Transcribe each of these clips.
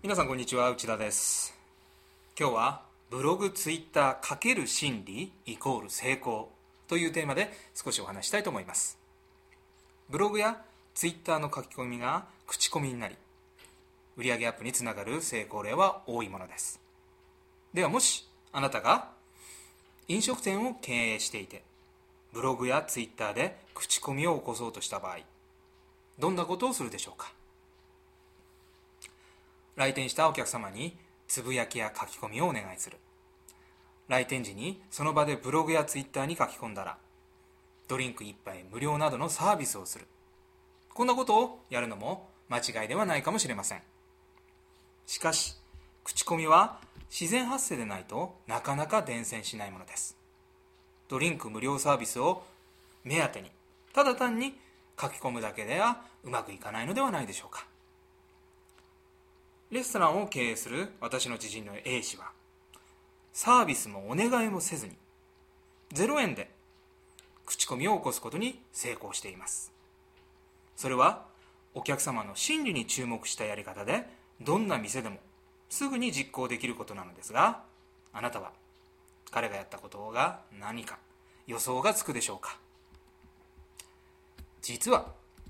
皆さんこんにちは、内田です。今日はブログ、ツイッター×心理イコール成功というテーマで少しお話したいと思います。ブログやツイッターの書き込みが口コミになり、売上アップにつながる成功例は多いものです。ではもしあなたが飲食店を経営していて、ブログやツイッターで口コミを起こそうとした場合、どんなことをするでしょうか。来店したお客様につぶやきや書き込みをお願いする。来店時にその場でブログやツイッターに書き込んだら、ドリンク1杯無料などのサービスをする。こんなことをやるのも間違いではないかもしれません。しかし、口コミは自然発生でないとなかなか伝染しないものです。ドリンク無料サービスを目当てに、ただ単に書き込むだけではうまくいかないのではないでしょうか。レストランを経営する私の知人の A 氏は、サービスもお願いもせずに0円で口コミを起こすことに成功しています。それはお客様の心理に注目したやり方で、どんな店でもすぐに実行できることなのですが、あなたは彼がやったことが何か予想がつくでしょうか。実は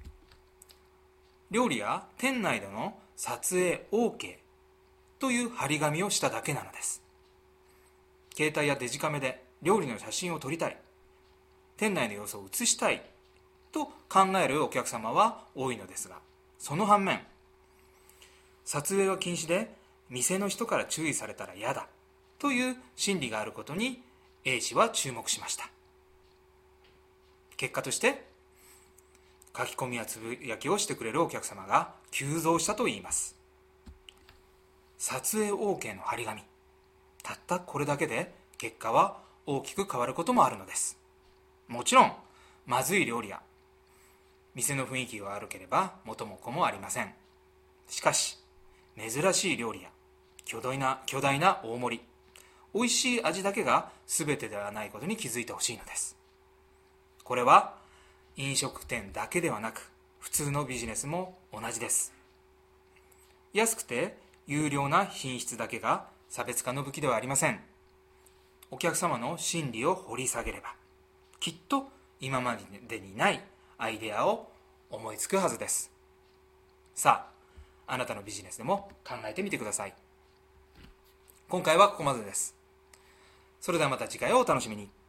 料理や店内での撮影 OK という張り紙をしただけなのです。携帯やデジカメで料理の写真を撮りたい、店内の様子を写したいと考えるお客様は多いのですが、その反面、撮影は禁止で店の人から注意されたら嫌だという心理があることに A 氏は注目しました。結果として書き込みやつぶやきをしてくれるお客様が急増したといいます。撮影 OK の張り紙、たったこれだけで結果は大きく変わることもあるのです。もちろんまずい料理や店の雰囲気が悪ければ元も子もありません。しかし珍しい料理や巨大な大盛り、美味しい味だけが全てではないことに気づいてほしいのです。これは飲食店だけではなく、普通のビジネスも同じです。安くて優良な品質だけが差別化の武器ではありません。お客様の心理を掘り下げれば、きっと今までにないアイデアを思いつくはずです。さあ、あなたのビジネスでも考えてみてください。今回はここまでです。それではまた次回をお楽しみに。